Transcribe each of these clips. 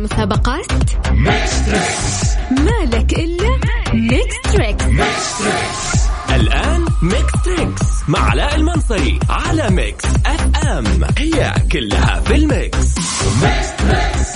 المسابقات مالك إلا ميكس تريكس. الآن ميكس تريكس مع علاء المنصري على ميكس اف ام، هي كلها في الميكس. ميكس تريكس.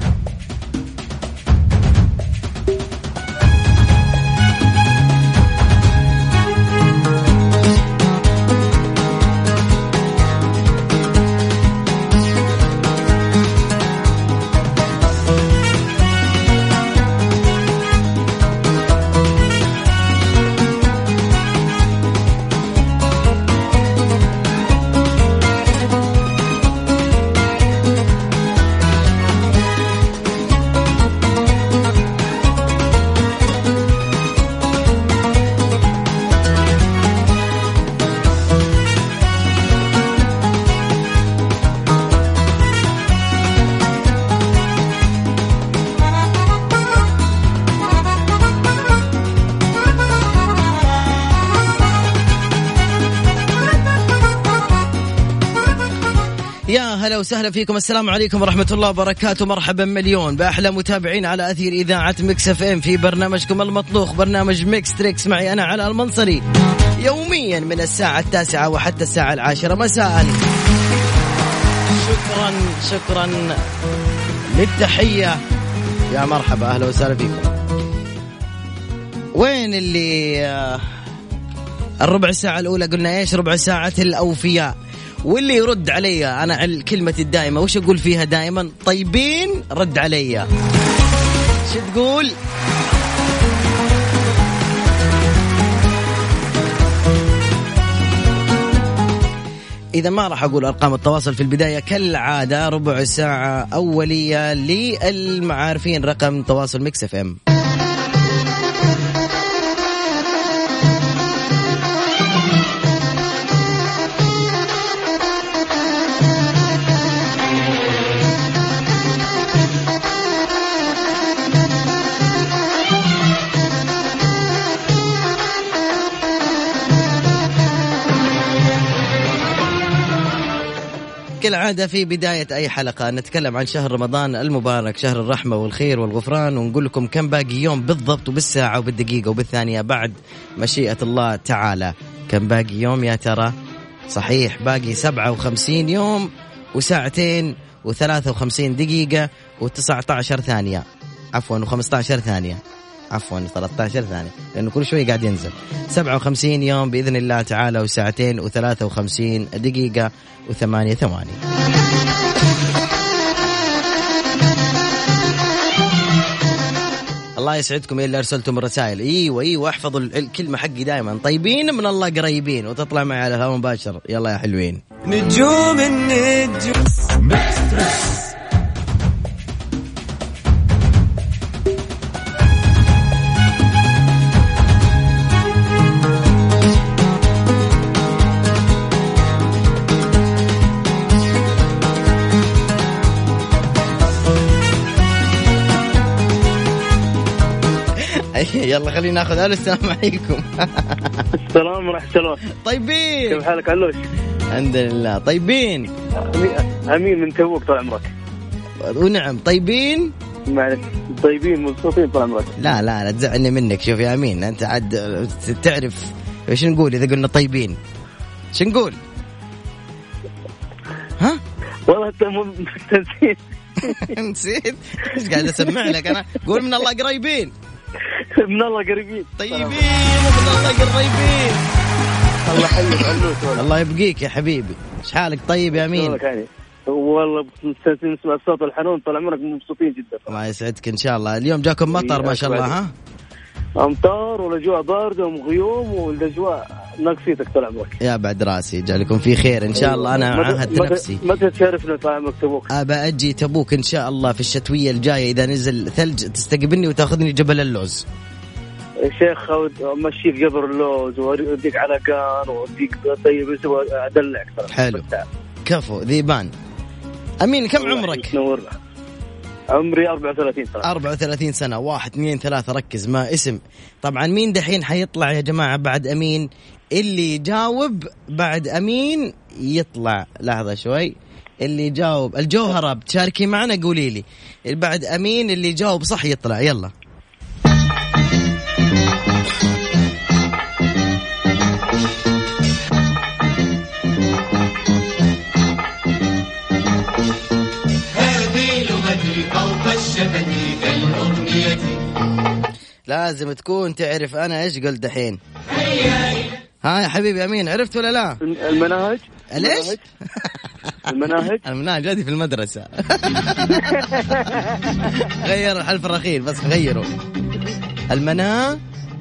يا هلا وسهلا فيكم، السلام عليكم ورحمة الله وبركاته. مرحبا مليون بأحلى متابعين على أثير إذاعة ميكس اف ام في برنامجكم المطلوخ، برنامج ميكس تريكس، معي أنا علاء المنصري، يوميا من الساعة 9 وحتى الساعة 10 مساء. شكرا للتحية، يا مرحبا أهلا وسهلا فيكم. وين اللي الربع ساعة الأولى قلنا إيش؟ ربع ساعة الأوفياء. واللي يرد علي أنا على كلمة الدائمة، وش أقول فيها دائما؟ طيبين. رد علي، شو تقول؟ إذا ما راح أقول أرقام التواصل في البداية كالعادة، ربع ساعة أولية للمعارفين، رقم تواصل ميكس اف ام. كالعادة في بداية أي حلقة نتكلم عن شهر رمضان المبارك، شهر الرحمة والخير والغفران، ونقول لكم كم باقي يوم بالضبط وبالساعة وبالدقيقة وبالثانية بعد مشيئة الله تعالى. كم باقي يوم يا ترى؟ صحيح باقي 57 يوم وساعتين و53 دقيقة و19 ثانية، عفوا و15 ثانية، عفوا 13 ثانية، لأنه كل شوي قاعد ينزل. 57 يوم بإذن الله تعالى وساعتين و53 دقيقة و8 ثواني. الله يسعدكم اللي أرسلتم الرسائل. أيوة احفظوا الكلمة حقي دائما، طيبين من الله قريبين، وتطلع معي على الهواء مباشر. يلا يا حلوين. نجوم النجوم. يلا خلينا ناخذ. السلام عليكم. السلام ورحمة الله. طيبين، كيف حالك علوش؟ الحمد لله. طيبين. أمين من تبوك طال عمرك. ونعم طيبين. معلش طيبين مبسوطين طال عمرك. لا تزعلني منك. شوف يا أمين، أنت عاد تعرف إيش نقول إذا قلنا طيبين؟ شو نقول؟ ها؟ والله أنت نسيت. نسيت؟ إيش قاعد أسمع لك أنا؟ قول من الله قريبين. من الله قريبين. طيبين من الله قريبين. الله يحييك علوش. الله يبقيك يا حبيبي. إيش حالك طيب يا أمين؟ والله مستمتعين نسمع الصوت الحنون طال عمرك، مبسوطين جدا. الله يسعدك إن شاء الله. اليوم جاكم مطر ما شاء الله. ها؟ أمطار والأجواء باردة وغيوم والأجواء ناقصيتك طال عمرك. يا بعد راسي جالكم في خير إن شاء الله. أنا عهدت نفسي. متى تشرفنا طال عمرك تبوك؟ أبى أجي تبوك إن شاء الله في الشتوية الجاية، إذا نزل ثلج تستقبلني وتأخذني جبل اللوز. يا شيخ مشيك جبر اللوز وأوديك على كان وأوديك طيب أدلعك. حلو كفو ذيبان. أمين كم عمرك؟ نورنا. عمري 34 سنة. 34 سنة. 1 2 3 ركز. ما اسم طبعا مين دحين حيطلع يا جماعة بعد أمين؟ اللي يجاوب بعد أمين يطلع. لحظة شوي، اللي يجاوب الجوهرة بتشاركي معنا قولي لي. بعد أمين اللي يجاوب صح يطلع. يلا لازم تكون تعرف أنا إيش قلت دحين. ها يا حبيبي أمين عرفت ولا لا؟ المناهج. ليش؟ المناهج هذه في المدرسة. غير الحرف الأخير بس غيره. المناهج.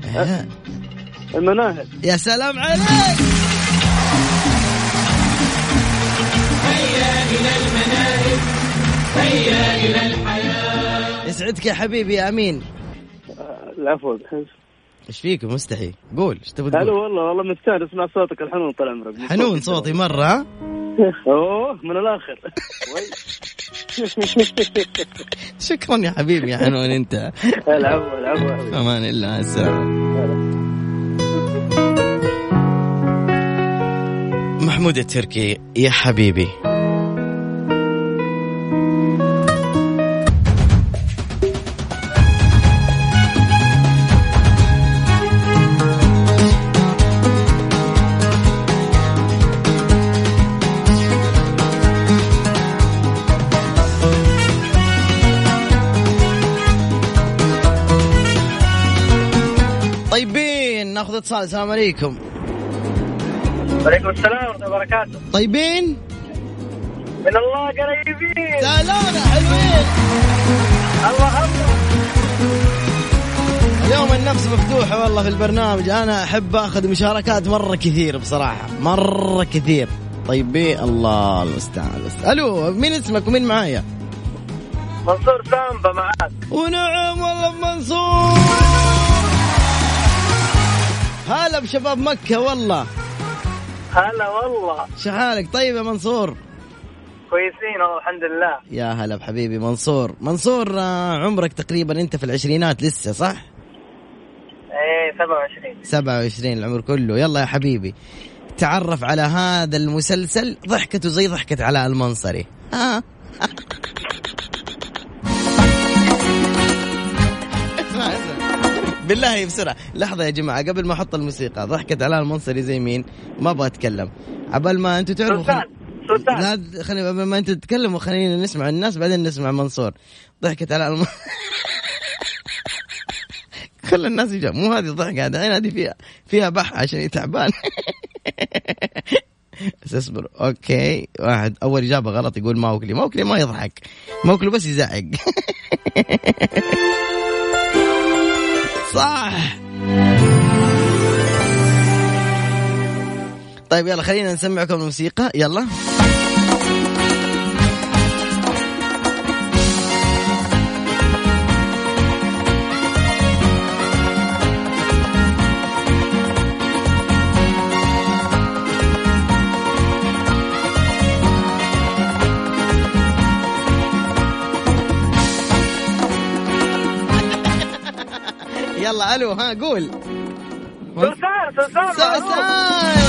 يا سلام عليك. هيا إلى المناهج هيا إلى الحياة. يسعدك يا حبيبي يا أمين. العفو. ايش فيك مستحي؟ قول ايش تبغى تقول؟ هلا والله مستانس اسمع صوتك الحنون طال عمرك. حنون صوتي مرة. اوه من الاخر. شكرا يا حبيبي يا حنون انت. العفو. امان الله. السلام. محمود التركي يا حبيبي. ناخذ اتصال. السلام عليكم. وعليكم السلام ورحمة الله وبركاته. طيبين؟ من الله قريبين. سلامة حلوين. الله. اليوم النفس مفتوحة والله في البرنامج. أنا أحب أخذ مشاركات مرة كثير بصراحة مرة كثير. طيبين الله المستعان. ألو مين اسمك ومين معايا؟ منصور سامبا معاك. ونعم والله منصور. هلا بشباب مكة والله. هلا والله. شحالك طيب يا منصور؟ كويسين والله الحمد لله. يا هلا بحبيبي منصور. منصور عمرك تقريبا انت في العشرينات لسه صح؟ ايه 27. 27 العمر كله. يلا يا حبيبي تعرف على هذا المسلسل ضحكته زي ضحكة علاء المنصري. بالله بسرعة لحظة يا جماعة قبل ما أحط الموسيقى. ضحكة علاء المنصري زي مين؟ ما أبغى أتكلم عبال ما أنتوا تعرفوا. سلطان. لا خلينا قبل ما أنتوا تتكلموا خلينا نسمع الناس بعدين نسمع منصور. ضحكة علاء المنصري. كل الناس يجوا مو هذه الضحكة هذه فيها بح عشان يتعبان. بس اصبر. أوكي واحد أول إجابة غلط يقول موكلي ما يضحك موكلي بس يزعق. صح. طيب يلا خلينا نسمعكم الموسيقى. يلا يلا ألو ها قول. سلطان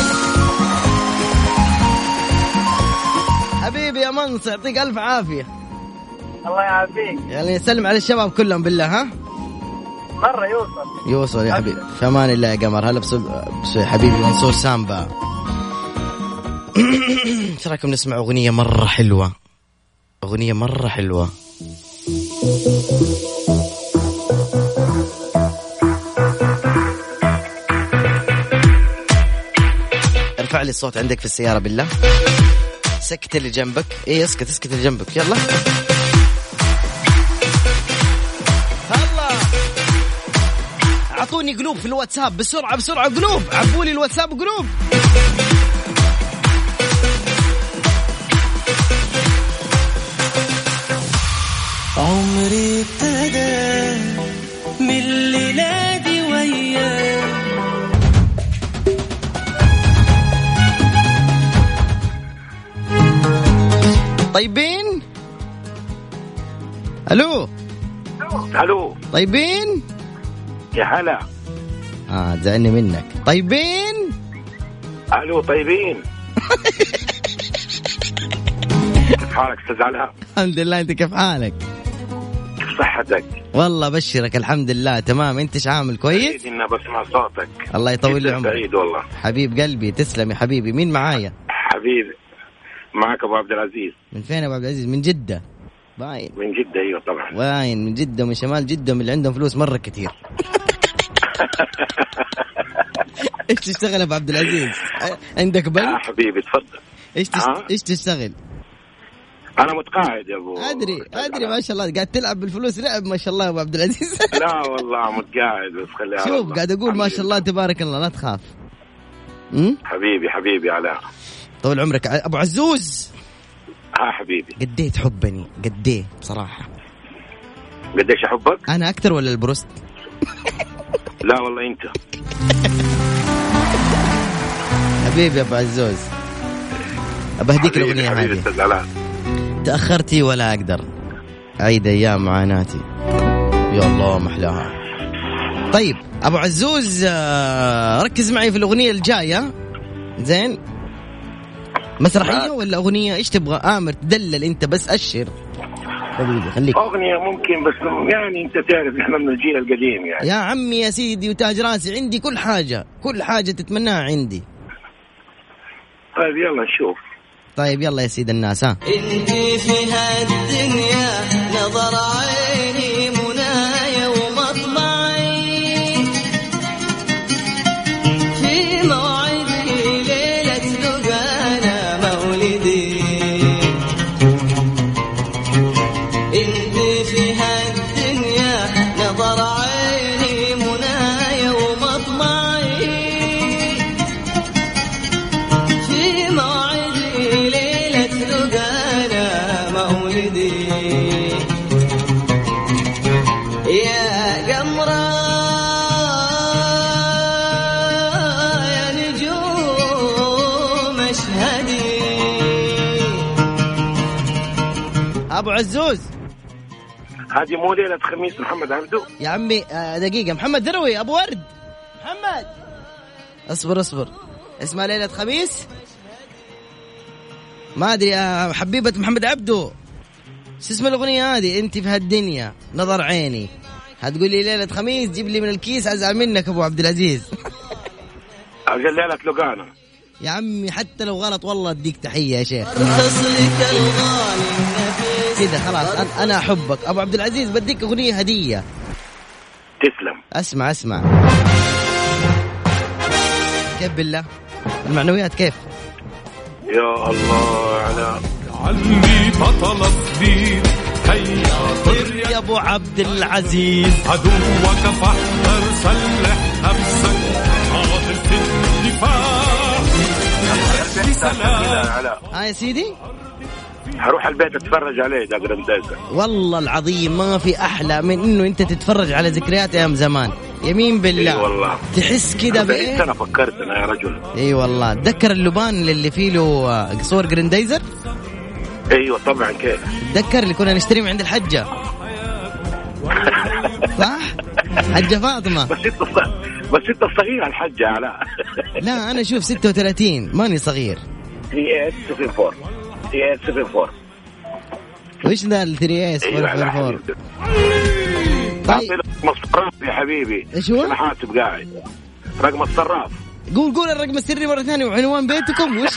حبيبي يا منص يعطيك ألف عافية. الله يعافيك. يعني نسلم على الشباب كلهم بالله. ها مرة يوصل يا حبيبي. في أمان الله يا قمر. هلا بس حبيبي منصور سامبا. ايش رايكم نسمع أغنية مرة حلوة ارفع لي الصوت عندك في السيارة بالله. سكت اللي جنبك. ايه اسكت اللي جنبك. يلا هلا اعطوني قلوب في الواتساب بسرعة قلوب. عبولي الواتساب قلوب. عمري ابتدى من ليلادي وياك. طيبين؟ الو طيبين؟ يا هلا. تزعلني منك. طيبين؟ الو طيبين. كيف حالك استاذ علاء؟ الحمد لله، انت كيف حالك؟ كيف صحتك؟ والله بشرك الحمد لله تمام. انت ايش عامل؟ كويس؟ إني بسمع صوتك. الله يطول لي عمرك. سعيد والله. حبيب قلبي تسلم يا حبيبي. مين معايا؟ حبيبي معك ابو عبد العزيز. من فين ابو عبد العزيز؟ من جدة؟ باين من جدة. ايوه طبعا باين من جدة ومن شمال جدة، من اللي عندهم فلوس مرة كتير. ايش تشتغل ابو عبد العزيز؟ عندك بنك؟ حبيبي تفضل. ايش تشتغل؟ انا متقاعد يا ابو. ادري ما شاء الله قاعد تلعب بالفلوس لعب ما شاء الله يا ابو عبد العزيز. لا والله متقاعد بس خليها. شوف قاعد اقول ما شاء الله تبارك الله، لا تخاف. حبيبي علاء طول عمرك ابو عزوز. حبيبي قديه تحبني؟ قديه بصراحة؟ قديش احبك؟ انا اكثر ولا البروست؟ لا والله انت. حبيبي يا ابو عزوز، ابهديك الاغنيه هذه. تاخرتي ولا اقدر اعيد ايام معاناتي. يا الله محلاها. طيب ابو عزوز ركز معي في الاغنيه الجايه. زين، مسرحيه ولا اغنيه؟ ايش تبغى؟ امر تدلل انت بس، اشر حبيبي خليك. اغنيه ممكن بس يعني انت تعرف احنا من الجيل القديم يعني. يا عمي يا سيدي وتاج راسي، عندي كل حاجه تتمناها عندي. طيب يلا نشوف. طيب يلا يا سيد الناس. انت في هالدنيا نظر عيني منايا ومطمعي، في موعدي ليلة لقانا مولدي. انت في هالدنيا نظر عيني منايا ومطمعي، في موعدي ليلة لقانا مولدي. يا قمرة يا نجوم اشهدي. ابو عزوز هذه مو ليلة خميس محمد عبده يا عمي. دقيقة، محمد ذروي ابو ورد. محمد اصبر اسمها ليلة خميس. ما ادري يا حبيبة محمد عبده، شو اسم الاغنية هذه؟ انت في هالدنيا نظر عيني. هتقول لي ليلة خميس جيب لي من الكيس، ازعل منك ابو عبد العزيز. اجل ليلة لقانا يا عمي حتى لو غلط والله اديك تحية يا شيخ. كذا خلاص انا احبك ابو عبد العزيز. بديك اغنية هدية. تسلم. اسمع كيف بالله المعنويات كيف؟ يا الله على علمي بطل الدين. هيا طر يا ابو عبد العزيز، عدوك فاحذر، سلح نفسك، حاضر في الدفاع. سلام يا سيدي. هروح البيت اتفرج عليه ده جراندايزر. والله العظيم ما في احلى من انه انت تتفرج على ذكريات ايام زمان. يمين بالله. اي والله تحس كده بايه. انا فكرت انا يا رجل. اي والله تذكر اللبان اللي فيه له صور جراندايزر. ايوه طبعا. كيف تذكر اللي كنا نشتريه من عند الحجه؟ صح حجه فاطمه. بس انت صغير الحجه علاء. لا انا شوف 36 ماني صغير. 3874 وش ذا ال 3874؟ طيب رقم الصراف يا حبيبي. ايش هو؟ انا حاسب قاعد رقم الصراف. قول الرقم السري مرة ثانية وعنوان بيتكم وش؟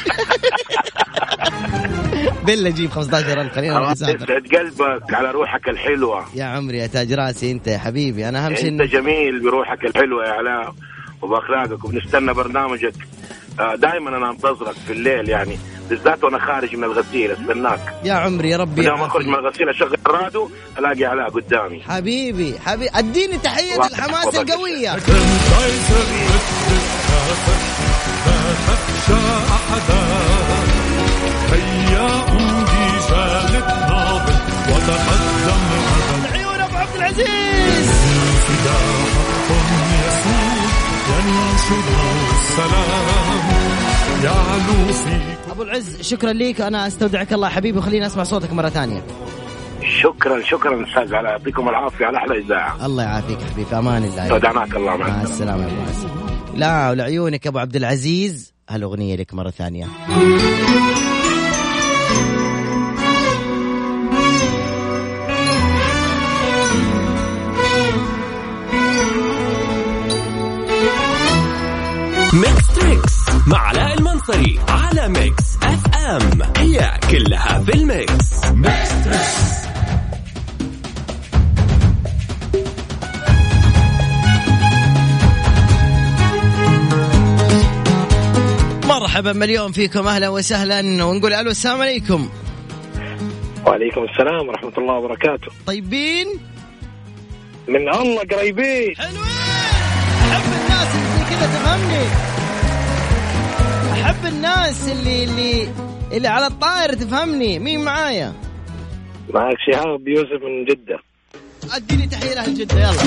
بالله جيب 15,000 خلينا نسافر. قلبك على روحك الحلوة يا عمري يا تاج راسي. انت يا حبيبي انا اهم شيء انت جميل بروحك الحلوة يا علاء وبأخلاقك، وبنستنى برنامجك دائما. انا انتظرك في الليل يعني بالذات وانا خارج من الغسيل استناك يا عمري. يا ربي لما اخرج من الغسيل اشغل الراديو الاقي علاء قدامي. حبيبي اديني تحية الحماس القوية. هيا أمضي جالك ناظر وتقدم العيون أبو عبد العزيز. فدا حق يسود ينشد السلام يعلو فيك. أبو العز شكرا ليك. أنا أستودعك الله حبيبي وخلينا أسمع صوتك مرة ثانية. شكرا أستاذ علاء، يعطيكم العافية على أحلى إذاعة. الله يعافيك حبيبي في أمان الله. استودعناك الله. مع السلامة يا أبو العز. لا ولعيونك أبو عبد العزيز. هالأغنية لك مرة ثانية. ميكس تريكس مع علاء المنصري على ميكس اف ام. هي كلها في الميكس. ميكس تريكس. مرحبا مليون فيكم، اهلا وسهلا، ونقول الو السلام عليكم. وعليكم السلام ورحمة الله وبركاته. طيبين من الله قريبين. حلوين. احب الناس اللي كذا تفهمني، احب الناس اللي على الطائر تفهمني. مين معايا؟ معك شهاب يوسف من جدة. اديني تحية لاهل جدة يلا.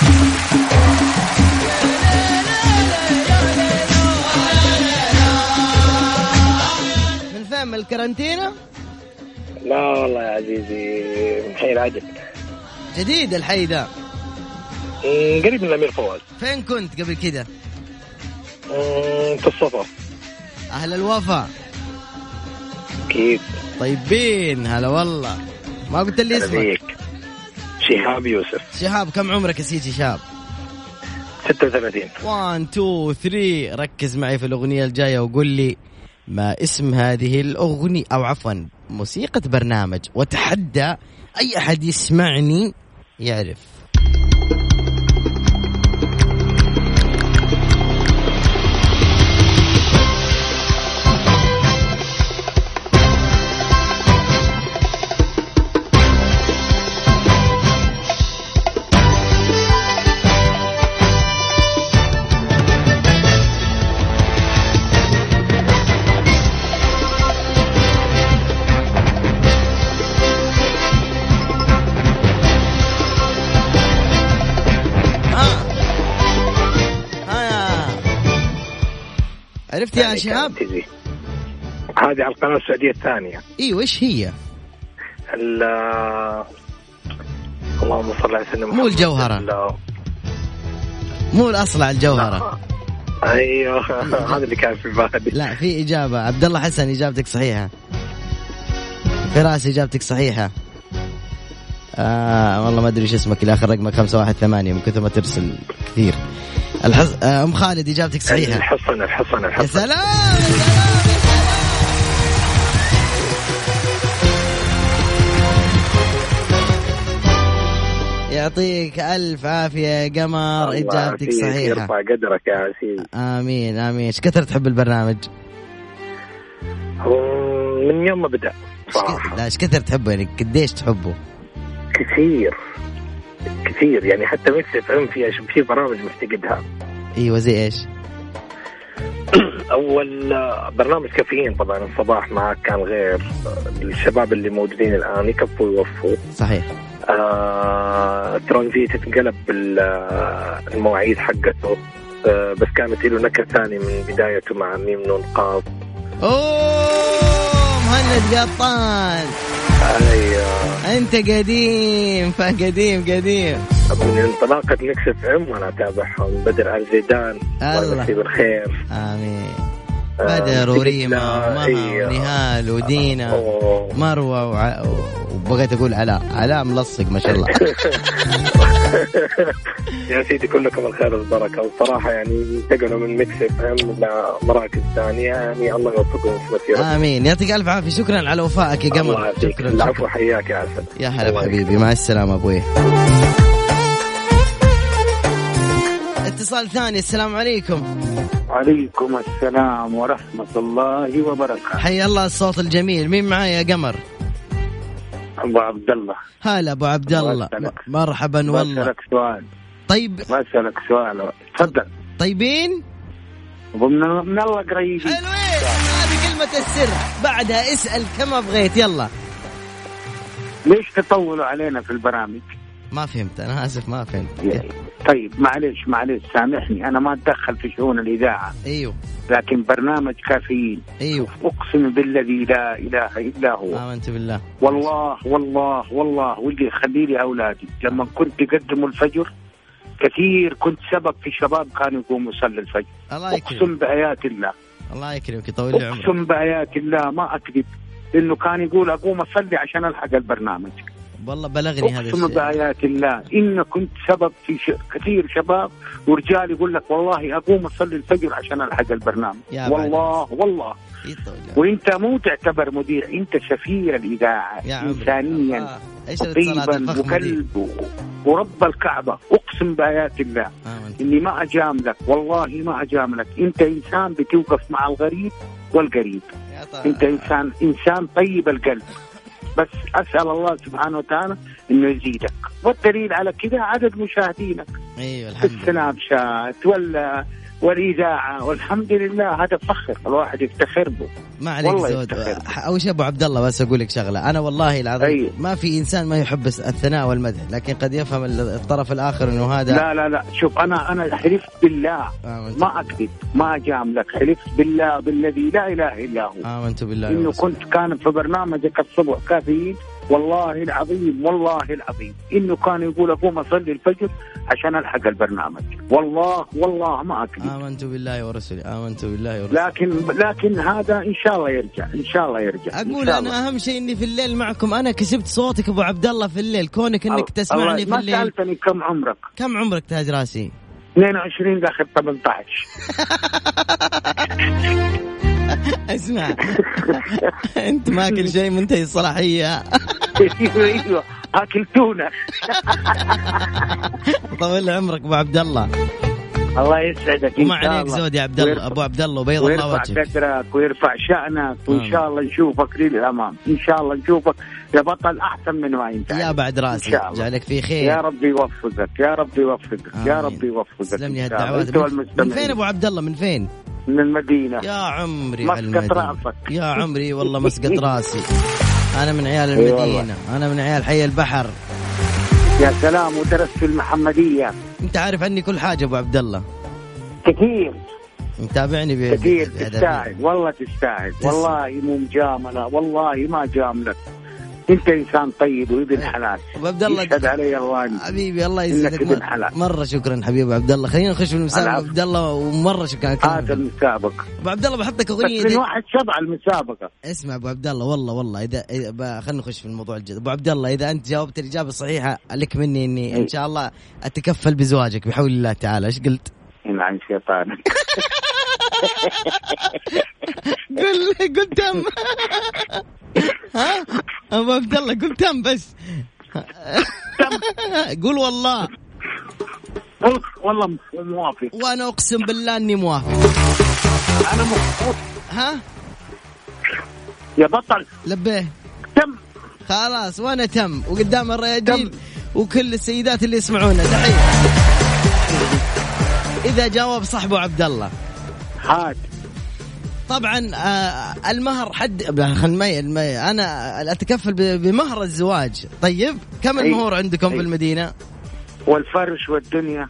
من فين؟ من الكارنتينا؟ لا والله يا عزيزي من حي العجل. جديد الحي ده؟ قريب من الأمير فواز. فين كنت قبل كده؟ في الصفا. أهل الوفا أكيد. طيبين. هلا والله. ما قلت لي اسمك؟ شهاب يوسف. شهاب كم عمرك يا سيدي شهاب؟ 36. 1 2 3. ركز معي في الأغنية الجاية وقول لي ما اسم هذه الأغنية، أو عفوا موسيقى برنامج، وتحدى أي أحد يسمعني يعرف. عرفت يا شهاب؟ هذه على القناة السعودية الثانية. ايوه ايش هي؟ اللهم صل على سيدنا محمد. مو الجوهرة، مو الأصلع الجوهرة. ايوه هذا اللي كان في بالي. لا في إجابة. عبد الله حسن إجابتك صحيحة. فراس إجابتك صحيحة. والله ما أدري إيش اسمك اللي آخر رقمك 518 من كثر ما ترسل كثير. أم خالد إجابتك صحيحة. الحصن. يا سلام. يعطيك ألف عافية يا قمر. إجابتك صحيحة. يرفع قدرك يا عزيز. آمين آمين. إيش كثر تحب البرنامج؟ من يوم ما بدأ صراحة. لا إيش كثر تحبه يعني قديش تحبه؟ كثير يعني حتى ميكس FM في برامج مفتقدها. ايوه زي ايش؟ اول برنامج كافيين طبعا الصباح معك كان غير. الشباب اللي موجودين الان يكفوا يوفوا. صحيح. ترانزيت تتقلب المواعيد حقته. بس كانت له نكهة ثاني من بدايته مع ميم نون قاف. مهند قطان. ايوه انت قديم فقديم. من انطلاقة ميكس FM وانا اتابعهم. بدر الزيدان الله بالخير. امين. بدر وريما ومها ونهال ودينا مروة وبغيت اقول علاء ملصق ما شاء الله. يا سيدي كلكم الخير والبركة. والصراحة يعني انتقلوا من ميكس FM لمراكز ثانية. يعني الله يوفقهم في مسيرتهم. آمين. يعطيك ألف عافية. شكرا على وفائك يا قمر. شكرا. العفو. حياك يا عسل. يا هلا حبيبي. مع السلامة أبوي. اتصال ثاني. السلام عليكم. وعليكم السلام ورحمة الله وبركاته. حيا الله الصوت الجميل. مين معايا يا قمر؟ أبو عبد الله. هلا أبو عبد الله. مرحبا والله. بسألك سؤال. طيب بسألك سؤال. تفضل. طيبين من الله قريبين. حلوين. هذه كلمة السر. بعدها اسأل كما بغيت. يلا. ليش تطولوا علينا في البرامج؟ ما فهمت. أنا آسف ما فهمت. طيب معليش سامحني. أنا ما أتدخل في شؤون الإذاعة. أيوه. لكن برنامج كافيين. أيوه. أقسم بالذي لا إله إلا هو. آمنت بالله. والله ودي خليلي أولادي لما كنت يقدموا الفجر كثير كنت سبب في شباب كانوا يقوموا يصلي الفجر. أقسم بآيات الله. الله يكرمك يطول لي عمرك. أقسم بآيات الله ما أكذب إنه كان يقول أقوم أصلي عشان ألحق البرنامج. والله بلغني هذا الشيء. أقسم بآيات الله إن كنت سبب في كثير شباب ورجال يقول لك والله أقوم أصلي الفجر عشان ألحق البرنامج. والله وإنت مو تعتبر مذيع، أنت سفير الإذاعة إنسانيا طيبا وكلب ورب الكعبة. أقسم بآيات الله إني ما أجاملك، والله ما أجاملك. أنت إنسان بتوقف مع الغريب والقريب، أنت إنسان طيب القلب. بس أسأل الله سبحانه وتعالى إنه يزيدك، والدليل على كذا عدد مشاهدينك. أيوة الحمد لله. السناب شات والإذاعة، والحمد لله هذا فخر الواحد يفتخر به. ما عليك زود. أول شيء أبو عبد الله بس أقول لك شغلة، أنا والله العظيم ما في إنسان ما يحب الثناء والمدح، لكن قد يفهم الطرف الآخر إنه هذا. لا شوف أنا حلفت بالله ما أكذب ما أجاملك، حلفت بالله بالذي لا إله إلا هو. آمنت بالله إنه كان في برنامجك الصبح كافيين، والله العظيم إنه كان يقول أقوم أصلي الفجر عشان ألحق البرنامج. والله ما أكذب. آمنت بالله ورسوله. لكن هذا إن شاء الله يرجع. أقول أنا أهم شيء إني في الليل معكم، أنا كسبت صوتك أبو عبد الله في الليل، كونك إنك تسمعني في الليل. ما سألتني كم عمرك تاج راسي؟ 22 داخل 18. اسمع أنت ماكل شيء منتهي الصلاحية. ايوه اكلتونا. طول عمرك ابو عبد الله. الله يسعدك. وما عليك زود يا عبد الله ابو عبد الله، وبيض الله وجهك ويرفع قدرك ويرفع شأنك، وان شاء الله نشوفك للامام، ان شاء الله نشوفك يا بطل احسن من ما انت يا بعد راسي. جعلك في خير يا ربي يوفقك يا ربي يوفقك. سلم لي هالدعوات. من فين ابو عبد الله؟ من فين؟ من المدينة. يا عمري مسقط راسك. يا عمري والله مسقط راسي. أنا من عيال المدينة، أنا من عيال حي البحر. يا سلام. ودرست في المحمدية. أنت عارف عني كل حاجة أبو عبد الله. كثير. متابعني كثير. تستاهل والله تستاهل. والله مو مجاملة، والله ما جاملك. انت انسان طيب وابن حلال. ابو عبد الله يشهد علي الله حبيبي. الله يسعدك مره. شكرا حبيبي عبد الله. خلينا نخش في المسابقه ابو عبد الله، ومره شكرا. هذا المسابقه ابو عبد الله بحطك اغنيه من 1-7 المسابقه. اسمع ابو عبد الله، والله اذا خلينا نخش في الموضوع الجد. ابو عبد الله اذا انت جاوبت الاجابه الصحيحه لك مني اني ان شاء الله اتكفل بزواجك بحول الله تعالى. ايش قلت؟ عن شيطانك. قلت تم. ها ابو عبد الله قلت تم بس. قول والله موافق. وانا اقسم بالله اني موافق. انا موافق. ها يا بطل لبيه تم خلاص. وانا تم وقدام الرياجيل وكل السيدات اللي يسمعونا تحية. اذا جاوب صاحبه عبد الله هاد طبعا المهر حد انا اتكفل بمهر الزواج. طيب كم المهور عندكم في المدينة؟ والفرش والدنيا.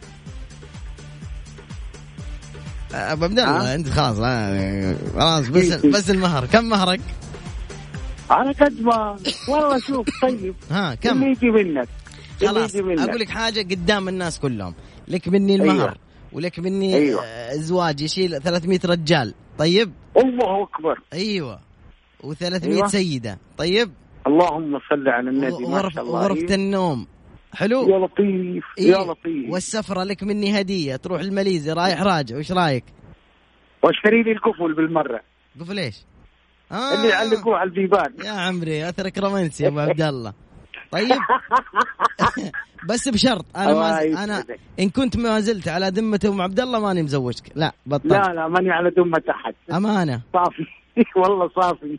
ابو عبد الله انت خلاص بس المهر كم مهرك؟ على قد ما والله شوف. طيب ها كم اللي يجي منك؟ خلاص اقول لك حاجة قدام الناس كلهم، لك مني المهر ولك مني زواج يشيل 300 رجال. طيب الله أكبر. أيوة و300 سيدة. طيب اللهم صل على النبي. وغرفة النوم. حلو يا لطيف. يا لطيف. والسفرة لك مني هدية، تروح الماليزيا رايح راجع. وش رايك؟ واشتري لي القفل بالمرة. قفل ايش؟ اللي يعلقوه على البيبان. يا عمري اثرك رومانسي يا ابو عبد الله. طيب بس بشرط انا ان كنت ما زلت على ذمة ام عبد الله ماني مزوجك. لا بطل. لا ماني على ذمة احد. امانة صافي. والله صافي.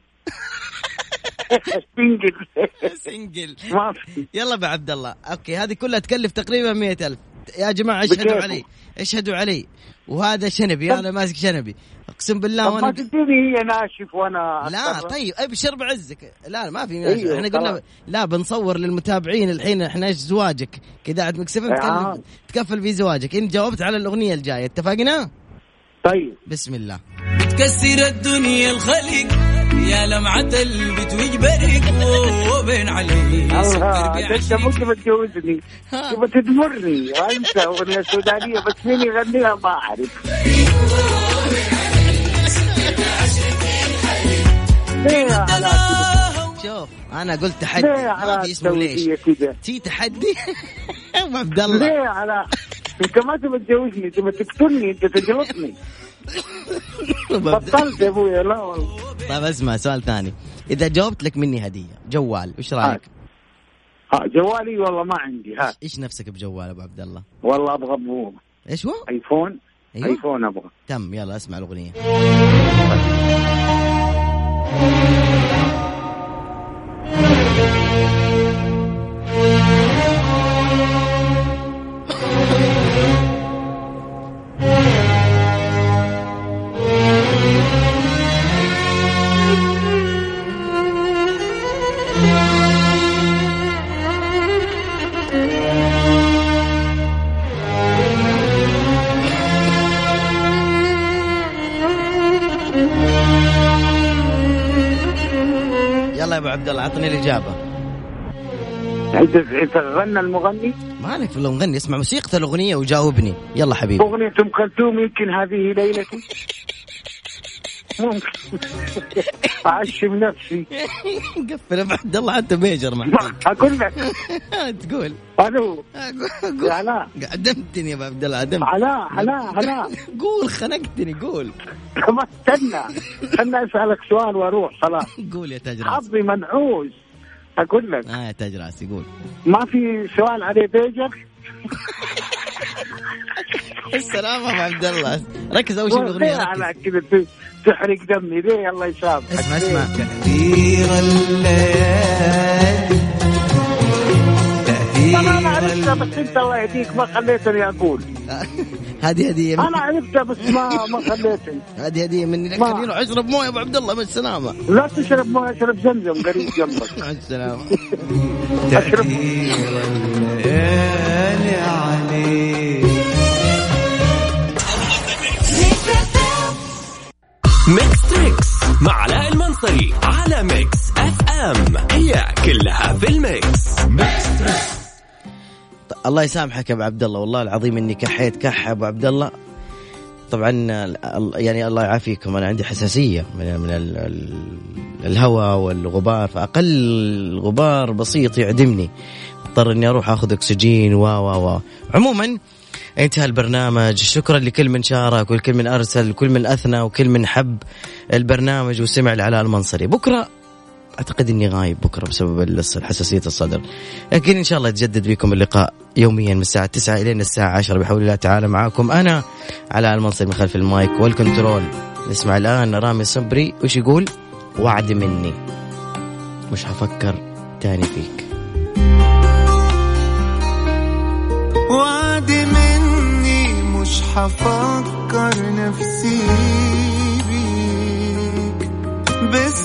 سنجل. يلا ابو عبد الله. اوكي هذه كلها تكلف تقريبا 100,000 يا جماعة. اشهدوا علي. وهذا شنبي، انا ماسك شنبي اقسم بالله. وانا ما تديني هي ناشف وانا لا طيب ابشر بعزك. لا ما في ناشف. احنا قلنا لا بنصور للمتابعين الحين احنا ايش زواجك كذا عاد مكسفين تكفل في زواجك. انت جاوبت على الاغنيه الجايه. اتفقنا؟ طيب بسم الله. بتكسر الدنيا الخلق يا لمعة البت وجبرك وبين علي الله. انت ممكن تجوزني تبغى تدمرني. انت اغنيه سودانيه بس مين يغنيها ما اعرف. شوف أنا قلت تحدي ما في اسمه ليش تي تحدي أبو عبد الله ليه على أنت ما تبى تجوزني تبى تقتلني أنت تجلطني بطلت يا أبويا لا والله. طيب اسمع سؤال ثاني إذا جاوبت لك مني هدية جوال وش رأيك؟ جوالي والله ما عندي. إيش نفسك بجوال أبو عبد الله؟ والله أبغى إيش هو؟ آيفون. أيوة؟ آيفون أبغى. تم يلا اسمع الأغنية. يلا يا ابو عبد الله عطني الاجابه. انت غنى المغني؟ مالك في المغني، اسمع موسيقى الاغنيه وجاوبني. يلا حبيبي. اغنيه ام كلثوم يمكن هذه ليلتي. ممكن اعشم نفسي. قفل ابو عبد الله حتى بيجر معك. اقول لك تقول الو علاء قدمتني يا ابو عبد الله عدمت. علاء قول خنقتني قول. ما استنى خلنا اسالك سؤال واروح خلاص. قول يا تاج راسي. حظي منعوز اقول لك. يا تاج راسي قول. ما في سؤال عليه بيجر. السلام ابو عبد الله ركز اول شيء بالاغنيه. على كذا تحرق دمي ليه الله يسامحك. اسمع تأثير الليالي انا عرفتها بس انت الله يهديك ما خليتني اقول. هذه هديه انا عرفتها بس ما خليتني. هذه هديه مني لك. خليني اروح اشرب مويه ابو عبد الله بالسلامه. لا تشرب مويه اشرب زمزم قريب جنبك. مع السلامه. تأثير الليالي عليك. ميكس تريكس مع علاء المنصري على ميكس اف ام. هي كلها في الميكس. الله يسامحك يا ابو عبد الله والله العظيم اني كحيت كح ابو عبد الله. طبعا يعني الله يعافيكم انا عندي حساسيه من الهواء والغبار، فاقل غبار بسيط يعدمني، اضطر اني اروح اخذ اكسجين و عموما انتهى البرنامج. شكرا لكل من شارك وكل من ارسل وكل من اثنى وكل من حب البرنامج وسمع لعلاء المنصري. بكره أعتقد أني غايب بكرة بسبب حساسية الصدر، لكن إن شاء الله يتجدد بكم اللقاء يوميا من الساعة 9 إلى الساعة 10 بحول الله تعالى. معاكم أنا علاء المنصري من خلف المايك والكنترول. نسمع الآن رامي صبري وش يقول؟ وعد مني مش هفكر تاني فيك. وعد مني مش هفكر نفسي بيك بس